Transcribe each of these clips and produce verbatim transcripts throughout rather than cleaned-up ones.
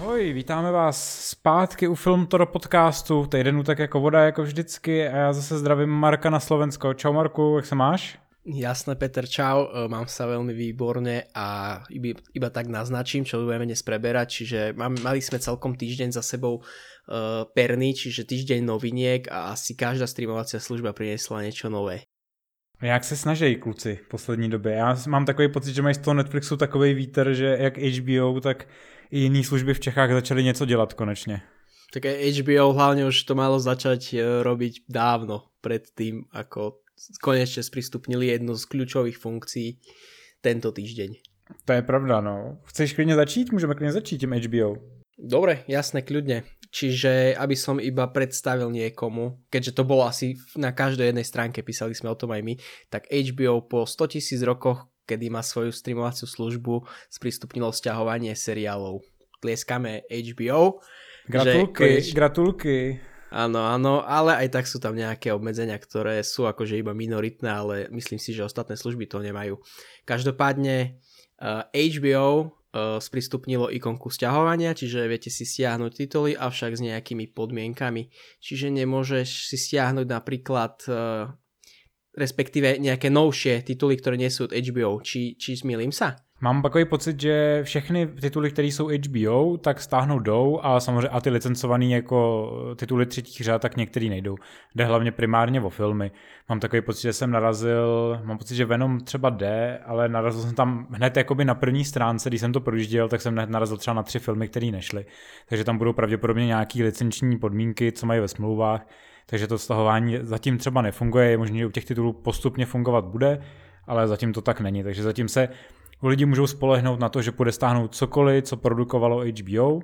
Ahoj, vítáme vás zpátky u Filmtoro podcastu, týden tak jako voda, jako vždycky, a já zase zdravím Marka na Slovensko. Čau Marku, jak se máš? Jasné, Peter, čau, mám sa veľmi výborne a iba, iba tak naznačím, čo budeme dnes preberať, čiže mám, mali sme celkom týždeň za sebou uh, perný, čiže týždeň noviniek a asi každá streamovacia služba priniesla niečo nové. Jak se snaží kluci v poslední době? Já mám takový pocit, že mají z toho Netflixu takový vítr, že jak H B O, tak i jiné služby v Čechách začaly něco dělat konečně. Tak H B O hlavne už to malo začať robiť dávno, pred tým, ako konečne sprístupnili jednu z kľúčových funkcií tento týždeň. To je pravda, no. Chceš klidně začít? Můžeme klidně začít tím H B O. Dobre, jasné, kľudne. Čiže aby som iba predstavil niekomu, keďže to bolo asi na každej jednej stránke, písali sme o tom aj my, tak H B O po stotisíc rokoch, kedy má svoju streamovaciu službu, sprístupnilo sťahovanie seriálov. Tlieskame H B O. Gratulky, koneč... gratulky. Áno, áno, ale aj tak sú tam nejaké obmedzenia, ktoré sú akože iba minoritné, ale myslím si, že ostatné služby to nemajú. Každopádne uh, H B O Uh, sprístupnilo ikonku sťahovania, čiže viete si stiahnuť tituly, avšak s nejakými podmienkami. Čiže nemôžeš si stiahnuť napríklad uh, respektíve nejaké novšie tituly, ktoré nie sú od H B O. Či, či zmýlim sa? Mám takový pocit, že všechny tituly, které jsou H B O, tak stáhnout jdou a samozřejmě a ty licencovaný jako tituly třetích řád, tak některý nejdou. Jde hlavně primárně o filmy. Mám takový pocit, že jsem narazil, mám pocit, že Venom třeba jde, ale narazil jsem tam hned jakoby na první stránce, když jsem to projížděl, tak jsem hned narazil třeba na tři filmy, které nešly. Takže tam budou pravděpodobně nějaký licenční podmínky, co mají ve smlouvách. Takže to stahování zatím třeba nefunguje, je možné, že u těch titulů postupně fungovat bude, ale zatím to tak není. Takže zatím se lidi můžou spolehnout na to, že půjde stáhnout cokoliv, co produkovalo H B O,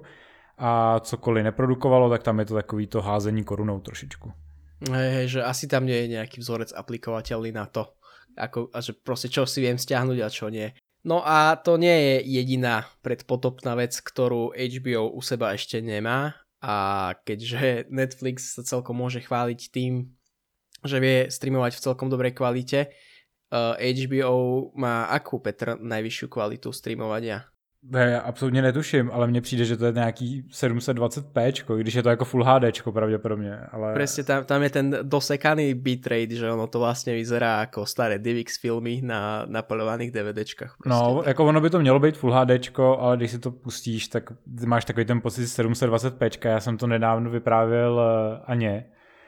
a cokoliv neprodukovalo, tak tam je to takový to házení korunou trošičku. Hej, hej, že asi tam nie je nejaký vzorec aplikovateľný na to, ako, a že proste čo si viem stiahnuť a čo nie. No a to nie je jediná predpotopná vec, ktorú H B O u seba ešte nemá, a keďže Netflix sa celkom môže chváliť tým, že vie streamovať v celkom dobrej kvalite, Uh, H B O má akú, Petr, najvyššiu kvalitu streamovania? Já absolutně netuším, ale mně přijde, že to je nějaký sedm set dvacet pé, když je to jako Full H D pravděpodobně. Ale... Presne, tam, tam je ten dosekaný bitrate, že ono to vlastně vyzerá jako staré D V X filmy na napoľovaných DVDčkách. Prostě. No, jako ono by to mělo být Full H D, ale když si to pustíš, tak máš takový ten pocit sedm set dvacet pé. Já jsem to nedávno vyprávěl Aně,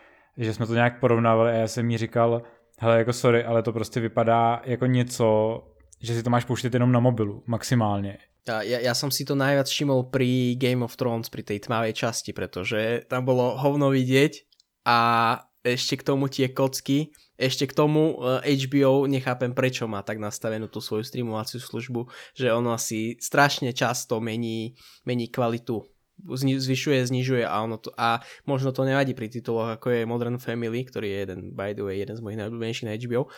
že jsme to nějak porovnávali a já jsem jí říkal, hele, jako sorry, ale to prostě vypadá jako něco, že si to máš pouštět jenom na mobilu, maximálně. Ja, ja som si to najviac všimol pri Game of Thrones, pri tej tmavej časti, pretože tam bolo hovno vidieť a ešte k tomu tie kocky, ešte k tomu H B O nechápem, prečo má tak nastavenú tú svoju streamovaciu službu, že ono asi strašne často mení, mení kvalitu. Zvyšuje, znižuje a ono to, a možno to nevadí pri tituloch, ako je Modern Family, ktorý je jeden, by the way, jeden z mojich najobľúbenejších na H B O,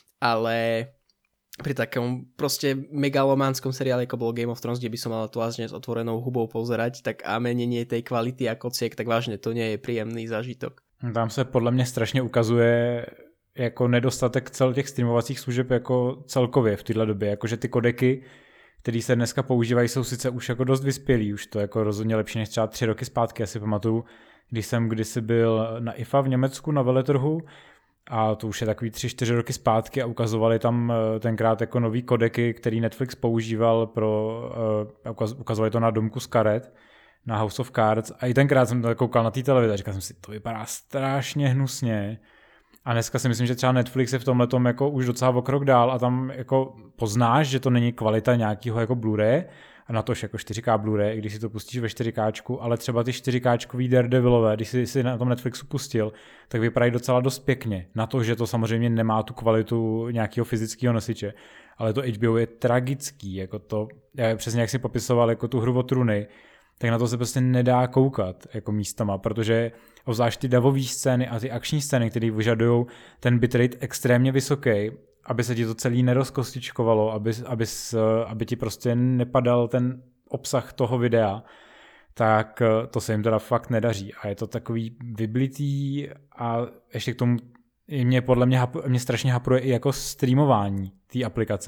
ale pri takom proste megalománskom seriále, ako bol Game of Thrones, kde by som mal to vážne s otvorenou hubou pozerať, tak a menenie tej kvality a kociek, tak vážne to nie je príjemný zážitok. Tam se podle mě strašně ukazuje jako nedostatek cel těch streamovacích služeb jako celkově v této době, jakože ty kodeky, který se dneska používají, jsou sice už jako dost vyspělý, už to jako rozhodně lepší než třeba tři roky zpátky, já si pamatuju, když jsem kdysi byl na I F A v Německu na veletrhu, a to už je takový tři čtyři roky zpátky a ukazovali tam tenkrát jako nový kodeky, který Netflix používal pro, uh, ukazovali to na domku z karet, na House of Cards, a i tenkrát jsem to koukal na té televizi a říkal jsem si, to vypadá strašně hnusně. A dneska si myslím, že třeba Netflix je v tomhletom jako už docela o krok dál a tam jako poznáš, že to není kvalita nějakého jako Blu-ray, a na tož jako čtyři ká Blu-ray, když si to pustíš ve čtyři ká, ale třeba ty čtyři ká Daredevilové, když si, si na tom Netflixu pustil, tak vypadají docela dost pěkně. Na to, že to samozřejmě nemá tu kvalitu nějakého fyzického nosiče, ale to H B O je tragický, jako to, přesně jak si popisoval jako tu hru o trůny, tak na to se prostě nedá koukat jako místama, protože obzvlášť ty davové scény a ty akční scény, které vyžadují ten bitrate extrémně vysoký, aby se ti to celý nerozkostičkovalo, aby, aby, aby ti prostě nepadal ten obsah toho videa, tak to se jim teda fakt nedaří. A je to takový vyblitý a ještě k tomu mě podle mě, mě strašně hapruje i jako streamování té aplikace.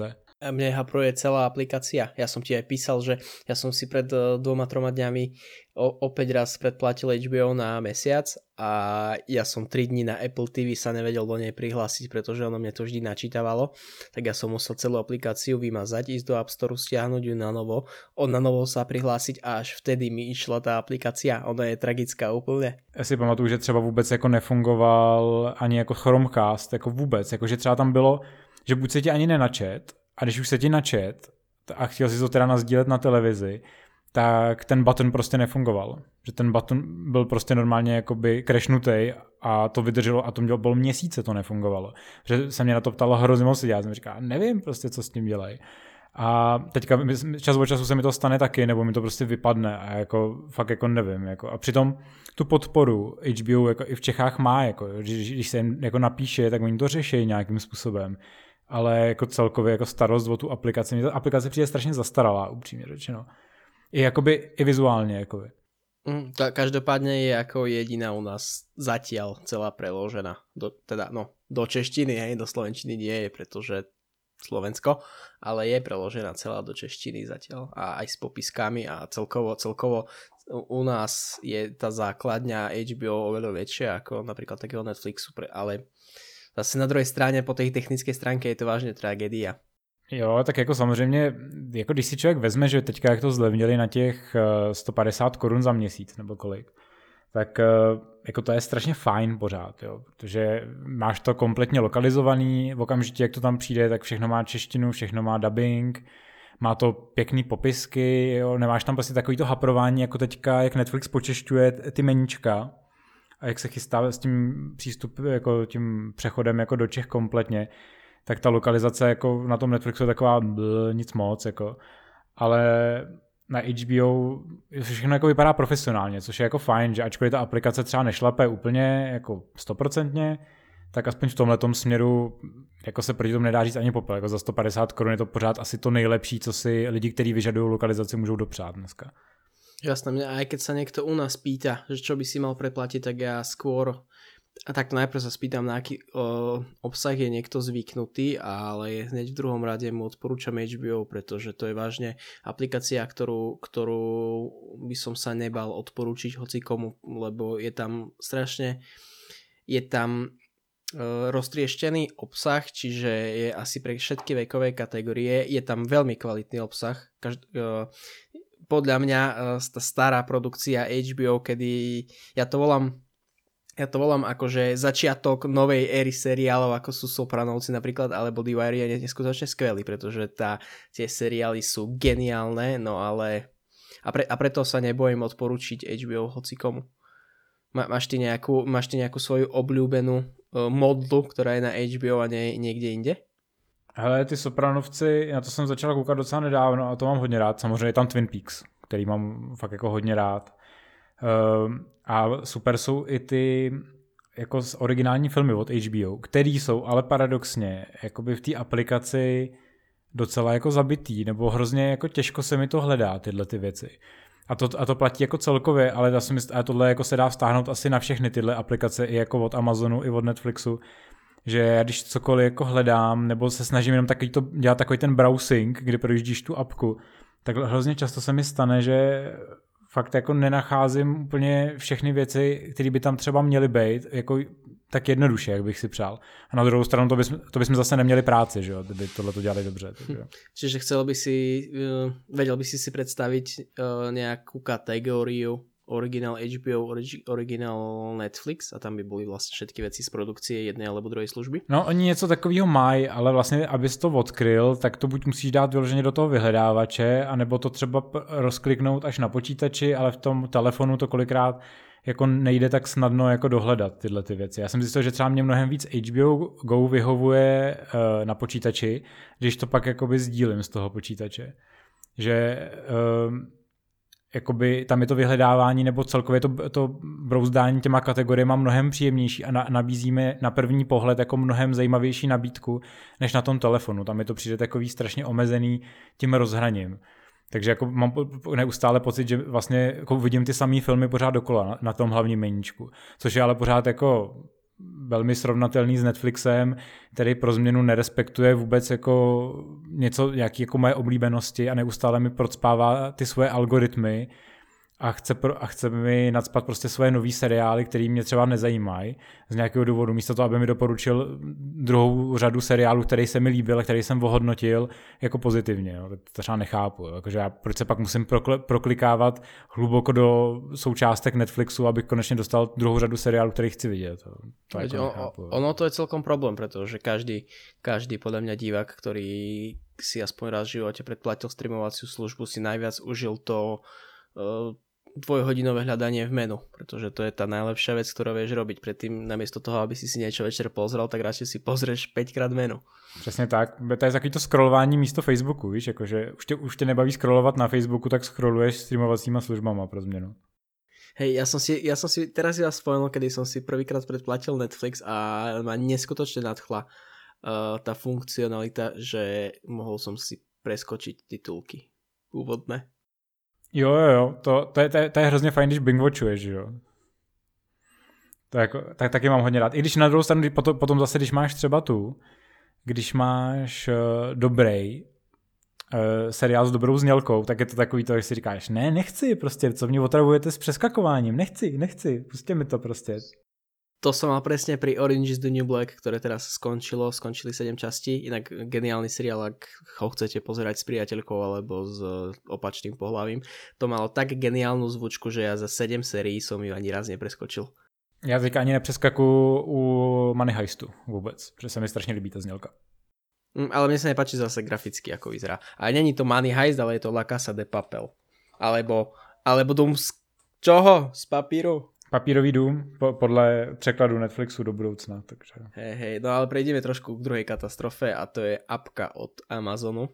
A mne hapruje celá aplikácia. Ja som ti aj písal, že ja som si pred dvoma, troma dňami o, opäť raz predplatil há bé ó na mesiac a ja som tri dní na Apple té vé sa nevedel do nej prihlásiť, pretože ono mne to vždy načítavalo. Tak ja som musel celú aplikáciu vymazať, ísť do App Store, stiahnuť ju na novo, on na novo sa prihlásiť a až vtedy mi išla tá aplikácia. Ona je tragická úplne. Já si pamatuju, že třeba vůbec jako nefungoval ani jako Chromecast, jako vůbec, jako že třeba tam bylo, že buď se ti ani nenačet, a když už se ti načet a chtěl si to teda nasdílet na televizi, tak ten button prostě nefungoval. Že ten button byl prostě normálně jakoby crashnutý a to vydrželo a to bylo měsíce to nefungovalo. Že se mě na to ptalo hrozně moc lidí. Já jsem říkal, nevím prostě, co s tím dělají. A teďka čas od času se mi to stane taky, nebo mi to prostě vypadne a jako fakt jako nevím. Jako. A přitom tu podporu há bé ó jako i v Čechách má, jako, když, když se jim jako napíše, tak oni to řeší nějakým způsobem. Ale jako celkově jako starost o tu aplikaci, mě ta aplikace přijde strašně zastaralá, upřímně řečeno. I jakoby i vizuálně, jakoby. Mm, to každopádne je ako jediná u nás zatiaľ celá preložená. Do, teda, no, do češtiny, hej, do slovenčiny nie je, pretože Slovensko, ale je preložená celá do češtiny zatiaľ a aj s popiskami a celkovo, celkovo u nás je tá základňa há bé ó oveľa väčšia ako napríklad takého Netflixu, pre, ale zase na druhé straně po té technické stránce je to vážně tragédia. Jo, tak jako samozřejmě, jako když si člověk vezme, že teďka jak to zlevnili na těch sto padesát korun za měsíc nebo kolik, tak jako to je strašně fajn pořád, jo, protože máš to kompletně lokalizovaný, v okamžitě jak to tam přijde, tak všechno má češtinu, všechno má dubbing, má to pěkný popisky, jo, nemáš tam prostě takový to haprování, jako teďka, jak Netflix počešťuje ty meníčka, a jak se chystá s tím přístupem, jako tím přechodem jako do Čech kompletně, tak ta lokalizace jako na tom Netflixu je taková bl, nic moc, jako. Ale na há bé ó všechno jako vypadá profesionálně, což je jako fajn, že ačkoliv ta aplikace třeba nešlape úplně jako stoprocentně, tak aspoň v tomhletom směru jako se proti tomu nedá říct ani popel. Jako za sto padesát korun je to pořád asi to nejlepší, co si lidi, kteří vyžadují lokalizaci, můžou dopřát dneska. Jasné, mňa aj keď sa niekto u nás pýta, že čo by si mal preplatiť, tak ja skôr, a takto najprv sa spýtam, na aký o, obsah je niekto zvyknutý, ale hneď v druhom rade mu odporúčam há bé ó, pretože to je vážne aplikácia, ktorú, ktorú by som sa nebal odporúčiť hoci komu, lebo je tam strašne, je tam e, roztrieštený obsah, čiže je asi pre všetky vekové kategórie, je tam veľmi kvalitný obsah, Každ, e, podľa mňa tá stará produkcia há bé ó, kedy ja to volám ja to volám akože začiatok novej éry seriálov, ako sú Sopranovci napríklad, alebo The Wire je neskutočne skvelý, pretože tá, tie seriály sú geniálne, no ale a, pre, a preto sa nebojím odporučiť há bé ó hocikomu. Má, máš, ty nejakú, máš ty nejakú svoju obľúbenú uh, modlu, ktorá je na há bé ó a nie, niekde inde? Hele, ty Sopranovci, na to jsem začal koukat docela nedávno a to mám hodně rád. Samozřejmě je tam Twin Peaks, který mám fakt jako hodně rád. Um, a super jsou i ty jako originální filmy od há bé ó, který jsou ale paradoxně jakoby v té aplikaci docela jako zabitý, nebo hrozně jako těžko se mi to hledá, tyhle ty věci. A to, a to platí jako celkově, ale já si myslím, a tohle jako se dá vztáhnout asi na všechny tyhle aplikace, i jako od Amazonu, i od Netflixu, že já když cokoliv jako hledám, nebo se snažím jenom takový to, dělat takový ten browsing, kdy projíždíš tu apku, tak hrozně často se mi stane, že fakt jako nenacházím úplně všechny věci, které by tam třeba měly být, jako tak jednoduše, jak bych si přál. A na druhou stranu to bychom, to bychom zase neměli práci, že jo, kdyby tohle to dělali dobře. Takže. Čiže chcel by si, uh, vedel by si si predstaviť uh, nejakú kategóriu originál há bé ó, originál Netflix a tam by byly vlastně všetky věci z produkcie jedné alebo druhé služby? No oni něco takového mají, ale vlastně abys to odkryl, tak to buď musíš dát vyloženě do toho vyhledávače, anebo to třeba rozkliknout až na počítači, ale v tom telefonu to kolikrát jako nejde tak snadno jako dohledat tyhle ty věci. Já jsem zjistil, že třeba mě mnohem víc há bé ó Go vyhovuje uh, na počítači, když to pak jakoby sdílím z toho počítače. Že uh, jakoby tam je to vyhledávání nebo celkově to, to brouzdání těma kategoriemi mnohem příjemnější a na, nabízíme na první pohled jako mnohem zajímavější nabídku než na tom telefonu. Tam je to přijde takový strašně omezený tím rozhraním. Takže jako mám neustále pocit, že vlastně jako vidím ty samé filmy pořád dokola na, na tom hlavním meníčku. Což je ale pořád jako velmi srovnatelný s Netflixem, který pro změnu nerespektuje vůbec jako něco, jaký jako moje oblíbenosti a neustále mi procpává ty svoje algoritmy a chce, pro, a chce mi nacpat prostě svoje nový seriály, které mě třeba nezajímají z nějakého důvodu, místo toho, aby mi doporučil druhou řadu seriálů, který se mi líbil a který jsem ohodnotil jako pozitivně. Jo. To třeba nechápu. Jo. Jakože já proč se pak musím prokl- proklikávat hluboko do součástek Netflixu, abych konečně dostal druhou řadu seriálů, který chci vidět. To, to jako nechápu, o, ono to je celkom problém, pretože každý, každý podľa mňa divák, ktorý si aspoň raz v živote predplatil streamovaciu službu, si najviac užil to uh, dvojhodinové hľadanie v menu, pretože to je tá najlepšia vec, ktorú vieš robiť. Predtým namiesto toho, aby si si niečo večer pozrel, tak radšej si pozrieš päťkrát menu. Přesně tak. To je takový to scrollování místo Facebooku, víš, jakože už tě, už tě nebaví scrollovat na Facebooku, tak scrolluješ streamovacíma službama pro změnu. Hej, ja som si, ja som si teraz ja spomenul, kedy som si prvýkrát predplatil Netflix a ma neskutočne nadchla uh, tá funkcionalita, že mohol som si preskočiť titulky úvodné. Jo, jo, jo, to, to, je, to, je, to je hrozně fajn, když binge-watchuješ, jo. To jako, tak, taky mám hodně rád. I když na druhou stranu, potom, potom zase, když máš třeba tu, když máš uh, dobrý uh, seriál s dobrou znělkou, tak je to takový to, že si říkáš, ne, nechci prostě, co mě otravujete s přeskakováním, nechci, nechci, pustě mi to prostě. To som mal presne pri Orange is the New Black, ktoré teraz skončilo, skončili sedem častí, inak geniálny seriál, ak ho chcete pozerať s priateľkou alebo s opačným pohlavím. To malo tak geniálnu zvučku, že ja za sedem sérií som ju ani raz nepreskočil. Já teďka ani nepřeskaku u Money Heistu vůbec, protože se mi strašně líbí ta znělka. Mm, ale mne sa nepáči zase graficky, ako vyzerá. A není to Money Heist, ale je to La Casa de Papel. Alebo, alebo Dům z čoho? Z papíru? Papírový dům, po, podle překladu Netflixu do budoucna. Takže... Hej, hej, no ale prejdeme trošku k druhej katastrofe a to je apka od Amazonu.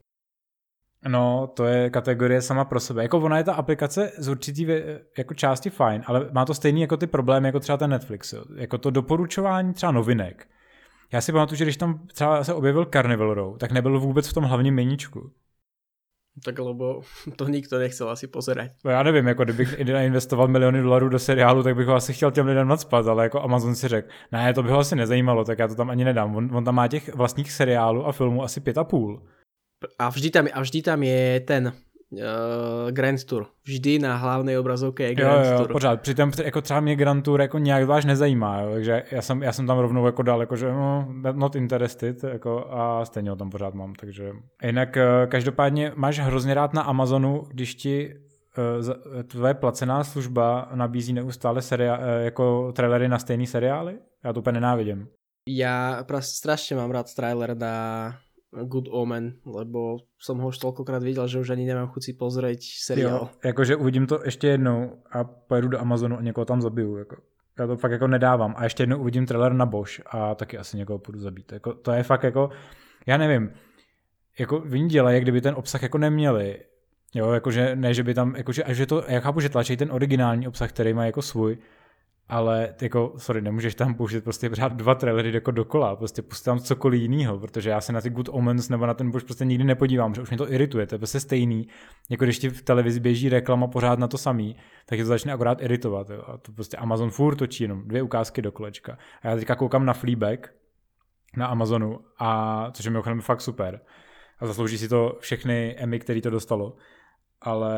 No, to je kategorie sama pro sebe. Jako ona je ta aplikace z určitý jako části fajn, ale má to stejný jako ty problémy, jako třeba ten Netflix. Jo. Jako to doporučování třeba novinek. Já si pamatuju, že když tam třeba se objevil Carnival Row, tak nebyl vůbec v tom hlavním meníčku. Tak lebo to nikto nechcel asi pozerať. No já nevím, jako kdybych investoval miliony dolarů do seriálu, tak bych ho asi chtěl těm lidem nacpat, ale jako Amazon si řekl, ne, to by ho asi nezajímalo, tak já to tam ani nedám. On, on tam má těch vlastních seriálů a filmů asi pět a půl. A vždy tam, a vždy tam je ten uh, Grand Tour. Vždy na hlavnej obrazovke je Grand jo, jo, Tour. Pořád. Přitom jako třeba mě Grand Tour jako nějak váž nezajímá, jo, takže já jsem, já jsem tam rovnou jako dal, jako, že no, not interested, jako, a stejně ho tam pořád mám, takže. Jinak každopádně máš hrozně rád na Amazonu, když ti uh, tvoje placená služba nabízí neustále seria- jako trailery na stejný seriály? Já to úplně nenávidím. Ja strašne mám rád trailer na Good Omen, lebo som ho už toľkokrát videl, že už ani nemám chuť si pozrieť seriál. Jo, jakože uvidím to ještě jednou a pojedu do Amazonu a někoho tam zabiju. Jako. Já to fakt jako nedávám. A ještě jednou uvidím trailer na Bosch a taky asi někoho půjdu zabít. Jako, to je fakt jako, já nevím, jako oni dělají, jak kdyby ten obsah jako neměli. Jo, jakože ne, že by tam, jakože, až je to, já chápu, že tlačí ten originální obsah, který má jako svůj, ale jako, sorry, nemůžeš tam použít prostě pořád dva trailery jako dokola, prostě pustit tam cokoliv jinýho, protože já se na ty Good Omens nebo na ten Bosch prostě nikdy nepodívám, že už mě to irituje, to je prostě stejný, jako když ti v televizi běží reklama pořád na to samý, tak je to začne akorát iritovat, jo. A to prostě Amazon furt točí jenom dvě ukázky do kolečka. A já teďka koukám na Fleabag na Amazonu, a což je mimochodem fakt super. A zaslouží si to všechny Emmy, který to dostalo. Ale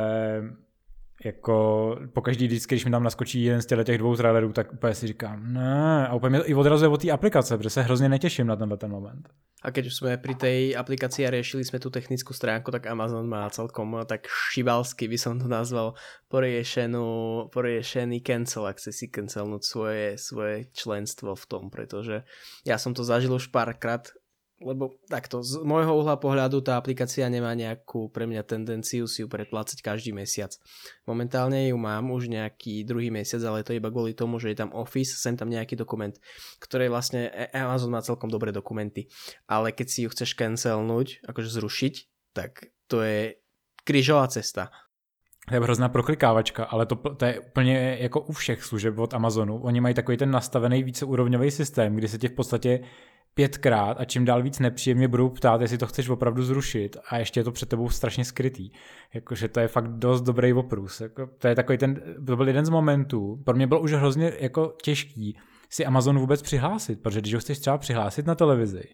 jako pokaždý vždycky, když mi tam naskočí jeden z těch dvou trailerů, tak úplně si říkám, ne, a úplně mě to i odrazuje od té aplikace, protože se hrozně netěším na tenhle ten moment. A keď už sme pri tej aplikácii a riešili sme tú technickú stránku, tak Amazon má celkom tak šibalsky, by som to nazval, poriešenú, poriešený cancel, ak chce si cancelnúť svoje, svoje členstvo v tom, pretože ja som to zažil už párkrát, lebo takto, z môjho uhla pohľadu tá aplikácia nemá nejakú pre mňa tendenciu si ju predplácať každý mesiac. Momentálne ju mám už nejaký druhý mesiac, ale to iba kvôli tomu, že je tam Office, sem tam nejaký dokument, ktorý vlastne Amazon má celkom dobré dokumenty. Ale keď si ju chceš cancelnúť, akože zrušiť, tak to je krížová cesta. To je hrozná proklikávačka, ale to, to je úplně jako u všech služeb od Amazonu. Oni mají takový ten nastavený víceúrovňový systém, kdy se tě v podstatě pětkrát a čím dál víc nepříjemně budou ptát, jestli to chceš opravdu zrušit, a ještě je to před tebou strašně skrytý. Jakože to je fakt dost dobrý oprus. Jako, to je takový ten, to byl jeden z momentů, pro mě bylo už hrozně jako těžký si Amazon vůbec přihlásit, protože když ho chceš třeba přihlásit na televizi,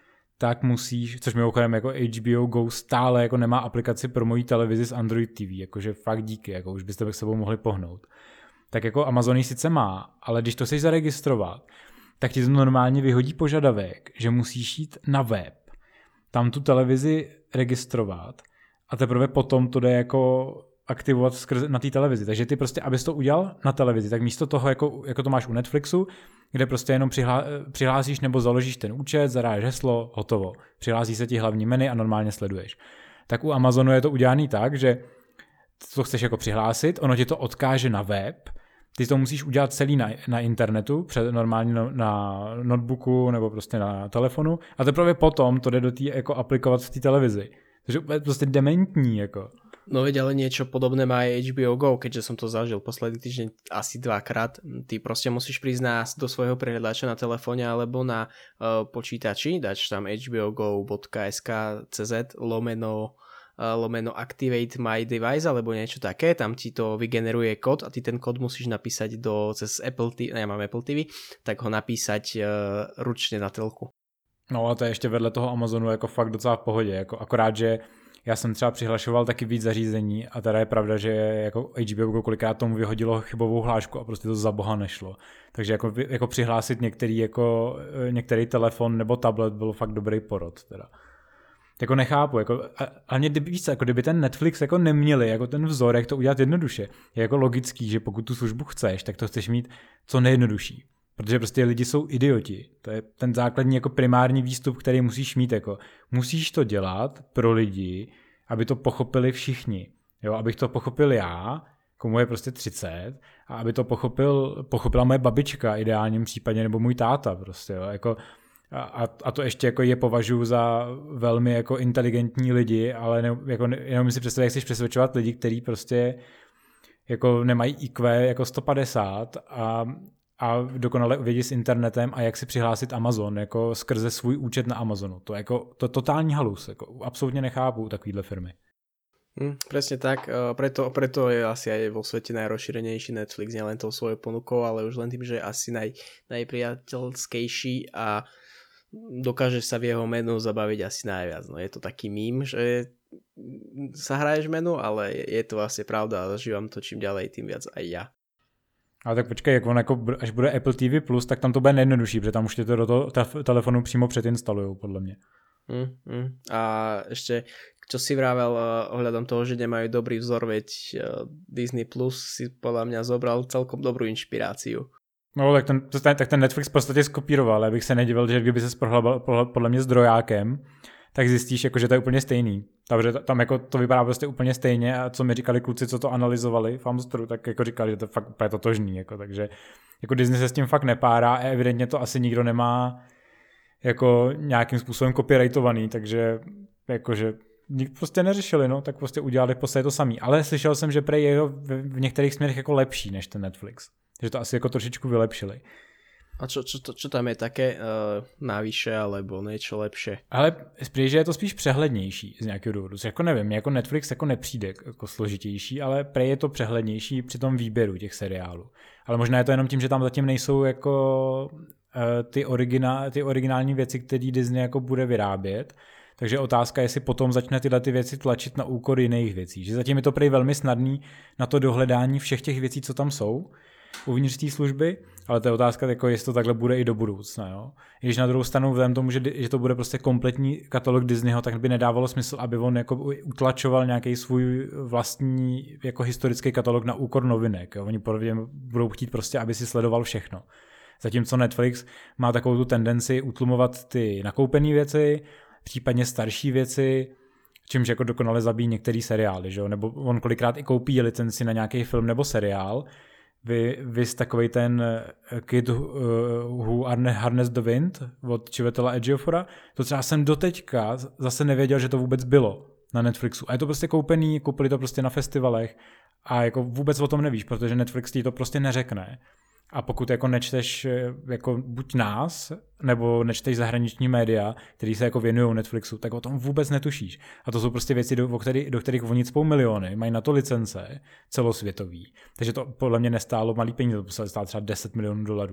tak musíš, což mimochodem jako H B O Go stále jako nemá aplikaci pro moji televizi z Android T V, jakože fakt díky, jako už byste k sebou mohli pohnout. Tak jako Amazon ji sice má, ale když to chceš zaregistrovat, tak ti to normálně vyhodí požadavek, že musíš jít na web, tam tu televizi registrovat a teprve potom to jde jako aktivovat skrze na té televizi. Takže ty prostě, abys to udělal na televizi, tak místo toho, jako, jako to máš u Netflixu, kde prostě jenom přihlá, přihlásíš nebo založíš ten účet, zadáš heslo, hotovo. Přihlásí se ti hlavní menu a normálně sleduješ. Tak u Amazonu je to udělané tak, že to chceš jako přihlásit, ono ti to odkáže na web, ty to musíš udělat celý na, na internetu, před, normálně na, na notebooku nebo prostě na telefonu a teprve potom to jde do té jako aplikovat v té televizi. Takže je prostě dementní jako. No veď, ale niečo podobné má aj H B O Go, keďže som to zažil posledný týždeň asi dvakrát. Ty proste musíš prísť na, do svojho prehľadača na telefóne alebo na uh, počítači, dáš tam hbogo.sk cz lomeno uh, lomeno activate my device alebo niečo také, tam ti to vygeneruje kód a ty ten kód musíš napísať do, cez Apple T V, ja mám Apple T V, tak ho napísať uh, ručne na telku. No a to je ještě vedle toho Amazonu jako fakt docela v pohodě, jako akorát, že já jsem třeba přihlašoval taky víc zařízení a teda je pravda, že jako H B O Go kolikrát tomu vyhodilo chybovou hlášku a prostě to za boha nešlo. Takže jako, jako přihlásit některý, jako, některý telefon nebo tablet bylo fakt dobrý porod. Teda. Jako nechápu, jako, hlavně kdyby, víc, jako kdyby ten Netflix jako neměli jako ten vzor, jak to udělat jednoduše. Je jako logický, že pokud tu službu chceš, tak to chceš mít co nejjednodušší. Protože prostě lidi jsou idioti. To je ten základní jako primární výstup, který musíš mít. Jako. Musíš to dělat pro lidi, aby to pochopili všichni. Jo, abych to pochopil já, komu je prostě třicet, a aby to pochopil, pochopila moje babička ideálním případě, nebo můj táta prostě. Jo. Jako, a, a to ještě jako je považuji za velmi jako inteligentní lidi, ale ne, jako, jenom si představit, jak chceš přesvědčovat lidi, kteří prostě jako nemají I Q jako sto padesát a a dokonale vědí s internetem a jak si přihlásit Amazon jako skrze svůj účet na Amazonu. To je jako to totální halus. Jako, absolutně nechápu takovýhle firmy. Mm, presne tak, preto, preto je asi aj vo svete najrozšírenejší Netflix, nielen tou svojou ponukou, ale už len tým, že je asi naj, najpriateľskejší a dokáže sa v jeho menu zabaviť asi najviac. No, je to taký mím, že sa hraješ menu, ale je to vlastne pravda a zažívam to čím ďalej, tým viac aj ja. Ale tak počkej, jak on jako, až bude Apple T V plus, tak tam to bude nejjednodušší, protože tam už tě to do toho te- telefonu přímo předinstalujou, podle mě. Mm, mm. A ešte, čo si vravel uh, ohľadom toho, že nemajú dobrý vzor, veď uh, Disney Plus si podľa mňa zobral celkom dobrú inšpiráciu. No tak ten, tak ten Netflix v podstatě skopíroval, abych se nedivil, že kdyby se prohlabal podle mě zdrojákem, tak zjistíš, jako, že to je úplně stejný. Takže tam jako to vypadá prostě úplně stejně a co mi říkali kluci, co to analyzovali v Amstru, tak jako říkali, že to je fakt úplně totožný. Jako, takže jako Disney se s tím fakt nepárá a evidentně to asi nikdo nemá jako nějakým způsobem copyrightovaný, takže jakože prostě neřešili, no, tak prostě udělali v podstatě to samý. Ale slyšel jsem, že prej je v některých směrech jako lepší než ten Netflix. Že to asi jako trošičku vylepšili. A čo, čo, čo tam je také uh, navyše alebo niečo lepšie? Ale spíš, že je to spíš přehlednější z nějakého důvodu. Jako nevím, jako Netflix jako nepřijde jako složitější, ale prej je to přehlednější při tom výběru těch seriálů. Ale možná je to jenom tím, že tam zatím nejsou jako uh, ty, originál, ty originální věci, které Disney jako bude vyrábět. Takže otázka, jestli potom začne tyhle ty věci tlačit na úkor jiných věcí. Že zatím je to prej velmi snadný na to dohledání všech těch věcí, co tam jsou uvnitř té služby, ale to je otázka, jako jestli to takhle bude i do budoucna. Jo? I když na druhou stranu vzhledem tomu, že, že to bude prostě kompletní katalog Disneyho, tak by nedávalo smysl, aby on jako utlačoval nějaký svůj vlastní jako historický katalog na úkor novinek. Jo? Oni budou chtít prostě, aby si sledoval všechno. Zatímco Netflix má takovou tu tendenci utlumovat ty nakoupené věci, případně starší věci, čímž jako dokonale zabíjí některý seriály. Že? Nebo on kolikrát i koupí licenci na nějaký film nebo seriál. Vy, vy jste takovej ten Kid uh, Who Harnessed the Wind od Chivetela Ejiophora. To třeba jsem doteďka zase nevěděl, že to vůbec bylo na Netflixu. A je to prostě koupený, koupili to prostě na festivalech a jako vůbec o tom nevíš, protože Netflix ti to prostě neřekne. A pokud jako nečteš jako buď nás, nebo nečteš zahraniční média, který se jako věnují Netflixu, tak o tom vůbec netušíš. A to jsou prostě věci, do, který, do kterých oni cpou miliony, mají na to licence celosvětový. Takže to podle mě nestálo malý peníze, to muselo stát třeba deset milionů dolarů.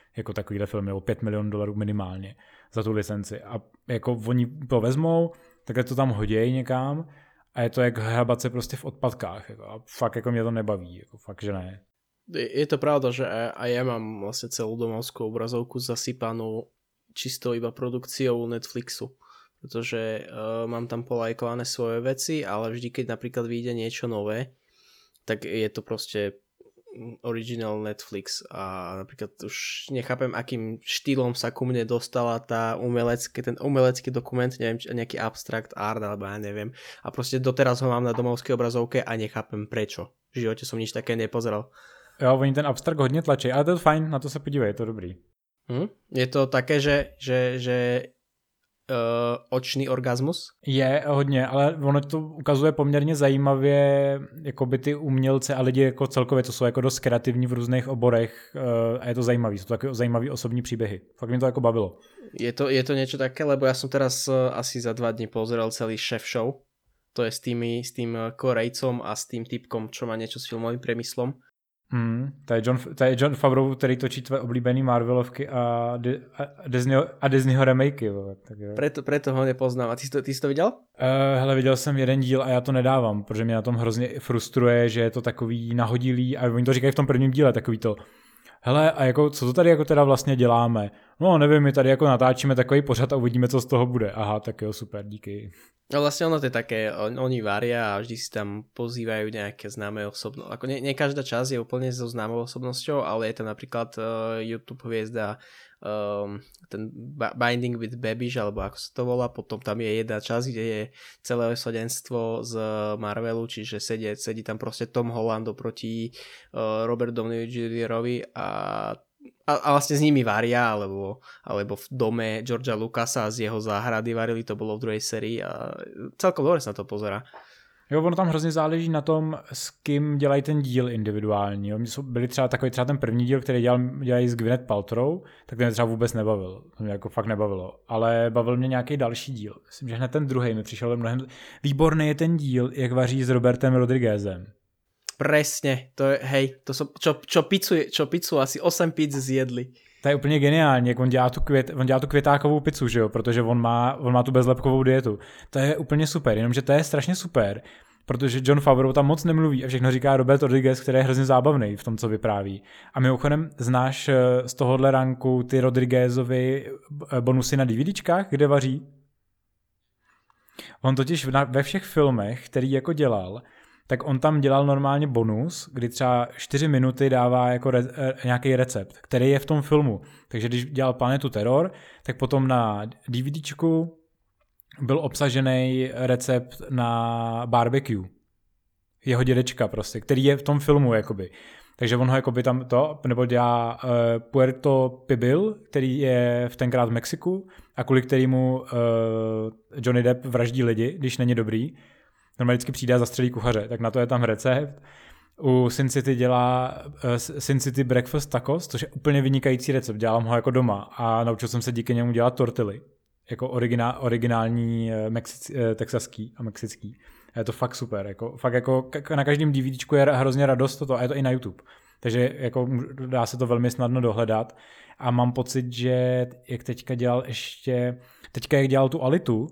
jako takovýhle film, nebo pět milionů dolarů minimálně za tu licenci. A jako oni to vezmou, takhle to tam hodějí někam a je to jak hrabat se prostě v odpadkách. Jako, a fakt jako mě to nebaví, jako fakt, že ne. Je to pravda, že aj ja mám vlastne celú domovskú obrazovku zasypanú čisto iba produkciou Netflixu, pretože uh, mám tam polajkované svoje veci, ale vždy, keď napríklad vyjde niečo nové, tak je to proste original Netflix a napríklad už nechápem, akým štýlom sa ku mne dostala tá umelecký, ten umelecký dokument, neviem, nejaký abstract art, alebo ja neviem. A proste doteraz ho mám na domovskej obrazovke a nechápem prečo. V živote som nič také nepozeral. Jo, oni ten abstrakt hodně tlačí, ale to je fajn, na to se podívej, je to dobrý. Hm? Je to také, že, že, že uh, očný orgasmus? Je hodně, ale ono to ukazuje poměrně zajímavě jakoby ty umělce a lidi jako celkově, to jsou jako dost kreativní v různých oborech uh, a je to zajímavý, jsou to takové zajímavé osobní příběhy. Fakt mě to jako bavilo. Je to, je to niečo také, lebo ja som teraz uh, asi za dva dní pozrel celý Chef Show, to je s, tými, s tým Korejcom a s tým typkom, čo má niečo s filmovým priemyslom. Hmm, to je John, to je John Favreau, který točí tvé oblíbený Marvelovky a, Di, a, Disneyho, a Disneyho remakey. Tak preto, preto ho nepoznám. A ty jsi to, ty jsi to viděl? Uh, hele, viděl jsem jeden díl a já to nedávám, protože mě na tom hrozně frustruje, že je to takový nahodilý a oni to říkají v tom prvním díle, takový to hele, a jako, co to tady jako teda vlastně děláme? No nevím, my tady jako natáčíme takový pořad a uvidíme, co z toho bude. Aha, tak jo, super, díky. No vlastne ono to je také, on, oni varia a vždy si tam pozývajú nejaké známe osobnosti. Ako nie, nie každá časť je úplne so známou osobnosťou, ale je tam napríklad uh, YouTube hviezda um, ten Binding with Babish, alebo ako sa to volá, potom tam je jedna časť, kde je celé osadenstvo z Marvelu, čiže sedí, sedí tam proste Tom Holland oproti uh, Robert Downey juniorovi a A, a vlastne s nimi varia, alebo, alebo v dome Georgea Lucasa z jeho záhrady varili, to bolo v druhej sérii a celkom dobre sa na to pozerá. Jo, ono tam hrozně záleží na tom, s kým dělají ten díl individuální. Jo. Byli třeba takový třeba ten první díl, který dělal, dělají s Gwyneth Paltrow, tak ten mě třeba vůbec nebavil. To mě jako fakt nebavilo. Ale bavil mě nějaký další díl. Myslím, že hned ten druhý mi přišel mnohem... Výborný je ten díl, jak vaří s Robertem Rodriguezem. Presne, to je, hej, to som, čo, čo, pizzu, čo pizzu asi osm pizz zjedli. To je úplně geniální, jak on dělá tu, květ, on dělá tu květákovou pizzu, že jo, protože on má, on má tu bezlepkovou dietu. To je úplně super, jenomže to je strašně super, protože John Favreau tam moc nemluví a všechno říká Robert Rodriguez, který je hrozně zábavný v tom, co vypráví. A mimochodem znáš z tohohle ranku ty Rodriguezovy bonusy na DVDčkách, kde vaří? On totiž ve všech filmech, který jako dělal, tak on tam dělal normálně bonus, kdy třeba čtyři minuty dává jako re, nějaký recept, který je v tom filmu. Takže když dělal Planetu teror, tak potom na DVDčku byl obsažený recept na barbecue. Jeho dědečka prostě, který je v tom filmu jakoby. Takže on ho jakoby tam to, nebo dělá uh, Puerto Pibil, který je v tenkrát v Mexiku a kvůli kterému uh, Johnny Depp vraždí lidi, když není dobrý. Normálně vždycky přijde a zastřelí kuchaře, tak na to je tam recept. U Sin City dělá uh, Sin City Breakfast Tacos, což je úplně vynikající recept, dělám ho jako doma a naučil jsem se díky němu dělat tortily, jako originál, originální uh, mexic, uh, texaský a mexický. A je to fakt super, jako, fakt jako na každém DVDčku je hrozně radost toto a je to i na YouTube. Takže jako dá se to velmi snadno dohledat a mám pocit, že jak teďka dělal ještě, teďka jak dělal tu Alitu,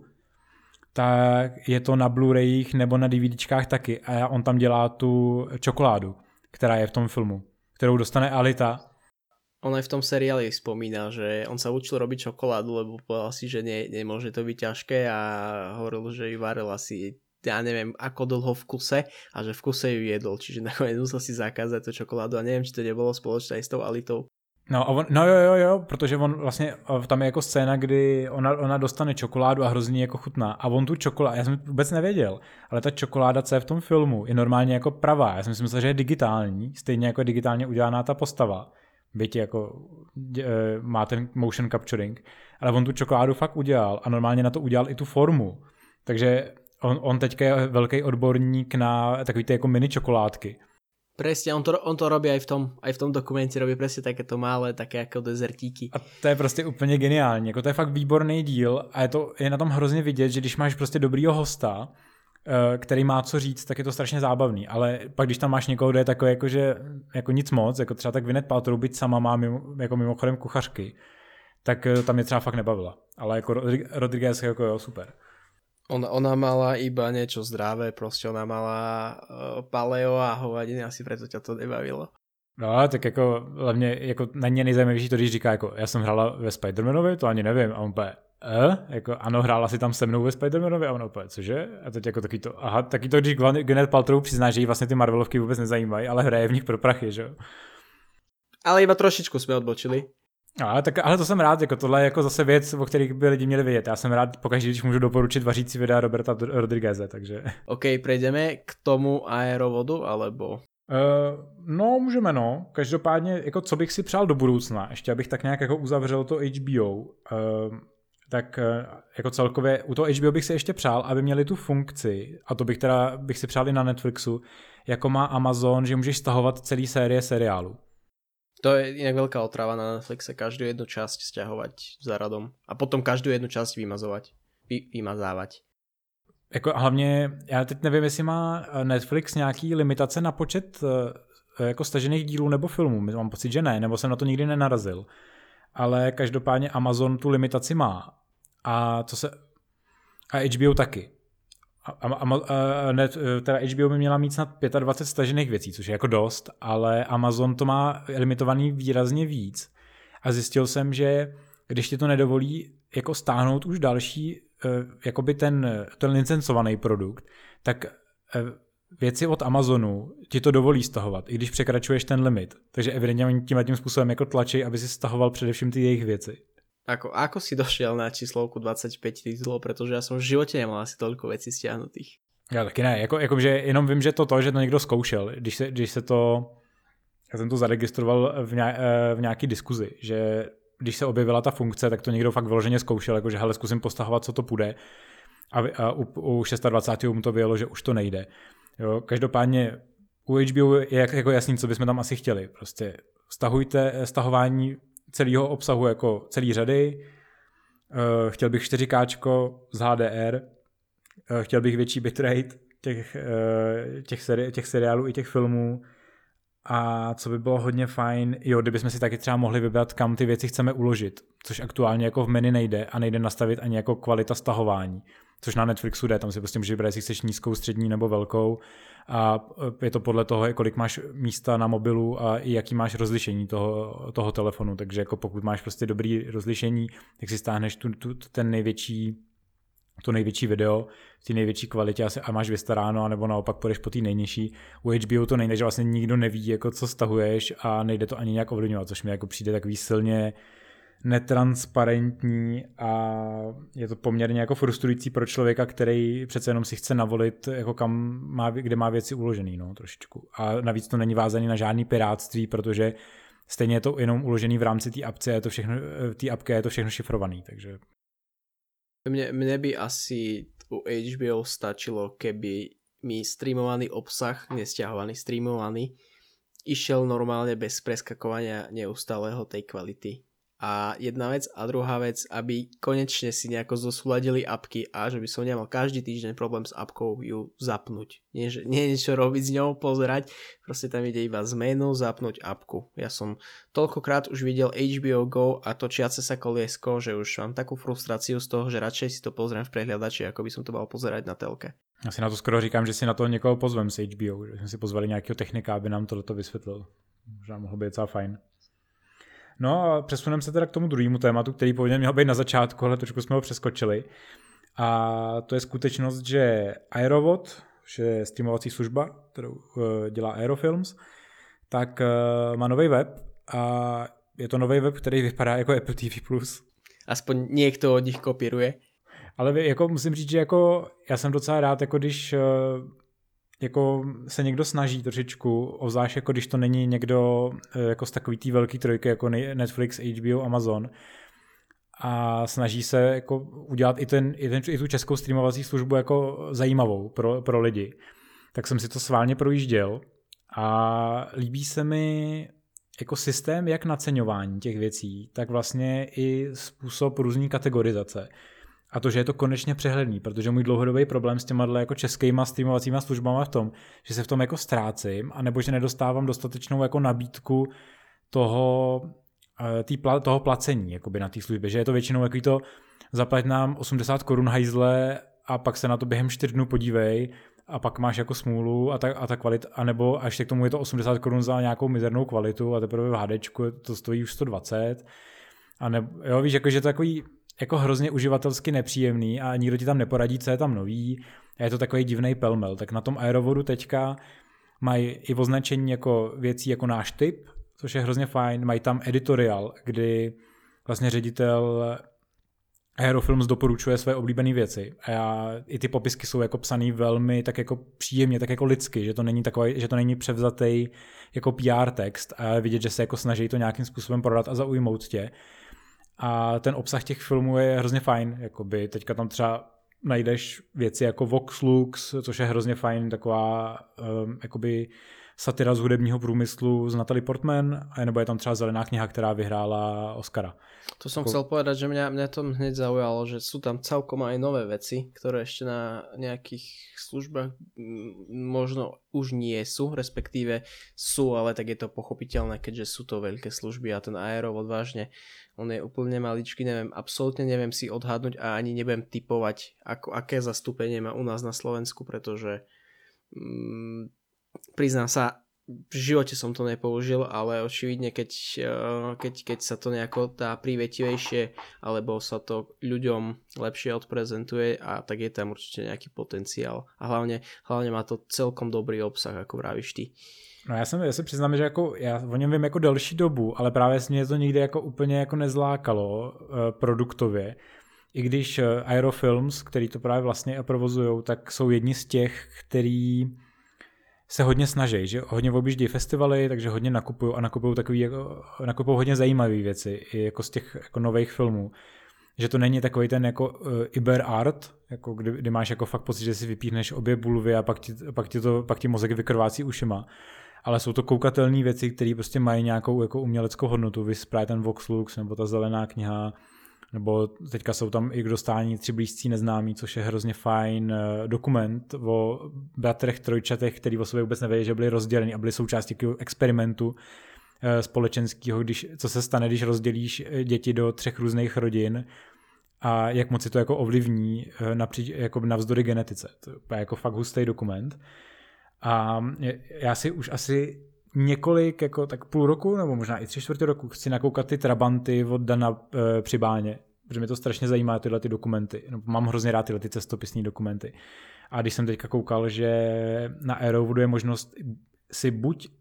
tak je to na Blu-rayích nebo na DVDčkách taky a on tam dělá tu čokoládu, která je v tom filmu, kterou dostane Alita. On aj v tom seriáli spomína, že on sa učil robiť čokoládu, lebo povedal si, že nie, nemôže to byť ťažké a hovoril, že ju varil asi ja neviem ako dlho v kuse a že v kuse ju jedol, čiže nakoniec musel si zakázať tú čokoládu a neviem, či to nebolo spoločné s tou Alitou. No, on, no jo, jo, jo, protože on vlastně, tam je jako scéna, kdy ona, ona dostane čokoládu a hrozně jako chutná. A on tu čokoládu, já jsem vůbec nevěděl, ale ta čokoláda, co je v tom filmu, je normálně jako pravá. Já jsem si myslel, že je digitální, stejně jako je digitálně udělaná ta postava. Byť jako dě, má ten motion capturing, ale on tu čokoládu fakt udělal a normálně na to udělal i tu formu. Takže on, on teďka je velký odborník na takový ty jako mini čokoládky. Presne, on to, on to robí aj v tom, aj v tom dokumente, robí presne takéto malé, také jako dezertíky. A to je prostě úplně geniální, jako to je fakt výborný díl a je, to, je na tom hrozně vidět, že když máš prostě dobrýho hosta, který má co říct, tak je to strašně zábavný, ale pak když tam máš někoho, kdo je takový jako, že jako nic moc, jako třeba tak Gwyneth Paltrow, byť sama má mimo, jako mimochodem kuchařky, tak tam mě třeba fakt nebavila. Ale jako Rodriguez jako jo, super. Ona, ona mala iba niečo zdravé, proste ona mala uh, paleo a hovadiny, asi preto ťa to nebavilo. No, tak jako hlavně jako na ně nejzajímavější to, když říká jako já jsem hrála ve Spider-Manovi, to ani nevím. A on úplně, eh? Jako ano, hrála si tam se mnou ve Spider-Manovi a on úplně, cože? A teď jako taky to, aha, taky to, když Gwyneth Paltrow přizná, že jí vlastně ty Marvelovky vůbec nezajímají, ale hraje v nich pro prachy, že jo? Ale iba trošičku jsme odbočili. A, tak, ale to jsem rád, jako tohle je jako zase věc, o kterých by lidi měli vědět. Já jsem rád pokaždé, když můžu doporučit vařící videa Roberta Rodrigueze, takže... OK, prejdeme k tomu aerovodu, alebo... Uh, no, můžeme no. Každopádně, jako co bych si přál do budoucna, ještě abych tak nějak jako uzavřel to H B O, uh, tak uh, jako celkově u toho H B O bych si ještě přál, aby měli tu funkci, a to bych teda bych si přál i na Netflixu, jako má Amazon, že můžeš stahovat celý série seriálu. To je inak veľká otrava na Netflixe, každú jednu časť stiahovať za radom a potom každú jednu časť vymazovať, vy, vymazávať. Jako hlavně, já teď nevím, jestli má Netflix nějaký limitace na počet jako stažených dílů nebo filmů, mám pocit, že ne, nebo jsem na to nikdy nenarazil, ale každopádně Amazon tu limitaci má a co se a H B O taky. A, a, a net, teda H B O by měla mít snad dvacet pět stažených věcí, což je jako dost, ale Amazon to má limitovaný výrazně víc. A zjistil jsem, že když ti to nedovolí jako stáhnout už další, jakoby ten, ten licencovaný produkt, tak věci od Amazonu ti to dovolí stahovat, i když překračuješ ten limit. Takže evidentně oni tím a tím způsobem jako tlačí, aby si stahoval především ty jejich věci. Ako, ako si došiel na číslovku dvadsaťpäť titulov, pretože ja som v živote nemal asi toľko vecí stiahnutých. Já taky ne, jako, jako že jenom vím, že to to, že to někdo zkoušel, když se, když se to, já jsem to zaregistroval v, nějak, v nějaký diskuzi, že když se objevila ta funkce, tak to někdo fakt vyloženě zkoušel, jakože hele, zkusím postahovat, co to půjde a, a u, u dvacátého šestého mu to vyjelo, že už to nejde. Jo, každopádně u H B O je jako jasný, co bychom tam asi chtěli, prostě stahujte stahování celého obsahu jako celý řady, uh, chtěl bych čtyři ká z H D R, uh, chtěl bych větší bitrate těch, uh, těch, seri- těch seriálů i těch filmů a co by bylo hodně fajn, jo, kdybychom si taky třeba mohli vybrat, kam ty věci chceme uložit, což aktuálně jako v menu nejde a nejde nastavit ani jako kvalita stahování, což na Netflixu jde, tam si prostě můžeš vybrat, jestli chceš nízkou, střední nebo velkou a je to podle toho, kolik máš místa na mobilu a i jaký máš rozlišení toho, toho telefonu, takže jako pokud máš prostě dobrý rozlišení, tak si stáhneš tu, tu, ten největší to největší video v té největší kvalitě a máš vystaráno, nebo naopak půjdeš po té nejnižší. U H B O to nejde, že vlastně nikdo neví, jako co stahuješ a nejde to ani nějak ovlivňovat, což mi jako přijde takový silně netransparentní a je to poměrně jako frustrující pro člověka, který přece jenom si chce navolit, jako kam má, kde má věci uložený, no, trošičku. A navíc to není vázaný na žádný pirátství, protože stejně je to jenom uložený v rámci té apce, je to všechno, té apky je to všechno šifrovaný, takže Mne, mne by asi u H B O stačilo, keby mi streamovaný obsah, nestiahovaný, streamovaný, išiel normálne bez preskakovania neustáleho tej kvality. A jedna vec a druhá vec, aby konečne si nejako zosúladili apky a že by som nemal každý týždeň problém s apkou ju zapnúť. Nie, že, nie niečo robiť s ňou, pozerať, proste tam ide iba z menu zapnúť apku. Ja som toľkokrát už videl H B O Go a točiace sa koliesko, že už mám takú frustráciu z toho, že radšej si to pozriem v prehľadači, ako by som to mal pozerať na telke. Já si na to skoro říkám, že si na to někoho pozvem z H B O, že jsme si pozvali nějakého technika, aby nám tohleto vysvětlil. Možná mohlo být docela fajn. No a přesuneme se teda k tomu druhému tématu, který původně měl být na začátku, ale trošku jsme ho přeskočili. A to je skutečnost, že Aerovod, že je streamovací služba, kterou uh, dělá Aerofilms, tak uh, má nový web a je to nový web, který vypadá jako Apple T V plus. Aspoň někdo od nich kopíruje. Ale jako musím říct, že jako já jsem docela rád, jako když uh, jako se někdo snaží trošičku, obzvlášť jako když to není někdo jako z takový tý velký trojky jako Netflix, H B O, Amazon a snaží se jako udělat i, ten, i, ten, i tu českou streamovací službu jako zajímavou pro, pro lidi. Tak jsem si to sválně projížděl a líbí se mi jako systém jak naceňování těch věcí, tak vlastně i způsob různý kategorizace. a to, že je to konečně přehledný, protože můj dlouhodobý problém s těma jako českýma streamovacíma službama v tom, že se v tom jako ztrácím, anebo že nedostávám dostatečnou jako nabídku toho, tý, toho placení jakoby na té službě, že je to většinou jaký to zaplať nám osmdesát korun hajzle a pak se na to během čtyř dnů podívej a pak máš jako smůlu a ta, a ta kvalita, anebo až k tomu je to osmdesát korun za nějakou mizernou kvalitu a teprve v HDčku to stojí už sto dvacet. A ne, jo, víš, jako, že to je takový jako hrozně uživatelsky nepříjemný a nikdo ti tam neporadí, co je tam nový a je to takový divnej pelmel. Tak na tom Aerovodu teďka mají i označení jako věcí jako náš typ, což je hrozně fajn. Mají tam editorial, kdy vlastně ředitel Aerofilms doporučuje své oblíbené věci a já, i ty popisky jsou jako psaný velmi tak jako příjemně, tak jako lidsky, že to není takový, že to není převzatý jako P R text a vidět, že se jako snaží to nějakým způsobem prodat a zaujmout tě. A ten obsah těch filmů je hrozně fajn, jakoby teďka tam třeba najdeš věci jako Vox Lux, což je hrozně fajn, taková um, jakoby satira z hudebního průmyslu z Natalie Portman, a nebo je tam třeba Zelená kniha, která vyhrála Oscara. To som chcel povedať, že mňa, mňa to hneď zaujalo, že sú tam celkom aj nové veci, ktoré ešte na nejakých službách možno už nie sú, respektíve sú, ale tak je to pochopiteľné, keďže sú to veľké služby a ten Aero odvážne, on je úplne maličký, neviem, absolútne neviem si odhadnúť a ani neviem tipovať, ako, aké zastúpenie má u nás na Slovensku, pretože mm, priznám sa, v živote som to nepoužil, ale očividne keď, keď, keď sa to nejako dá prívetivejšie alebo sa to ľuďom lepšie odprezentuje, a tak je tam určite nejaký potenciál a hlavne, hlavne má to celkom dobrý obsah, ako vravíš ty. No já, jsem, já se přiznám, že jako, já o něm vím jako delší dobu, ale právě mě to nikdy jako úplně jako nezlákalo uh, produktově. I když uh, Aerofilms, který to právě vlastně provozujou, tak jsou jedni z těch, který se hodně snaží, že hodně objíždějí festivaly, takže hodně nakupují a nakupují takový, jako, nakupují hodně zajímavé věci, i jako z těch jako nových filmů. Že to není takový ten jako uh, Iber art, jako kdy, kdy máš jako fakt pocit, že si vypíchneš obě bulvy a pak ti, pak ti, to, pak ti mozek vykrvácí ušima. Ale jsou to koukatelné věci, které prostě mají nějakou jako uměleckou hodnotu, vys právě ten Vox Lux nebo ta Zelená kniha, nebo teďka jsou tam i k dostání Tři blízcí neznámí, což je hrozně fajn dokument o bratrech trojčatech, který o sobě vůbec nevěděli, že byli rozděleni a byli součástí experimentu společenského, když, co se stane, když rozdělíš děti do třech různých rodin a jak moc si to jako ovlivní napříč, jako navzdory genetice. To je jako fakt hustý dokument. A já si už asi několik, jako tak půl roku, nebo možná i tři čtvrtě roku chci nakoukat ty Trabanty od Dana e, při báně, protože mě to strašně zajímá, tyhle ty dokumenty. No, mám hrozně rád tyhle ty cestopisní dokumenty. A když jsem teďka koukal, že na Aerovodu je možnost si buď e,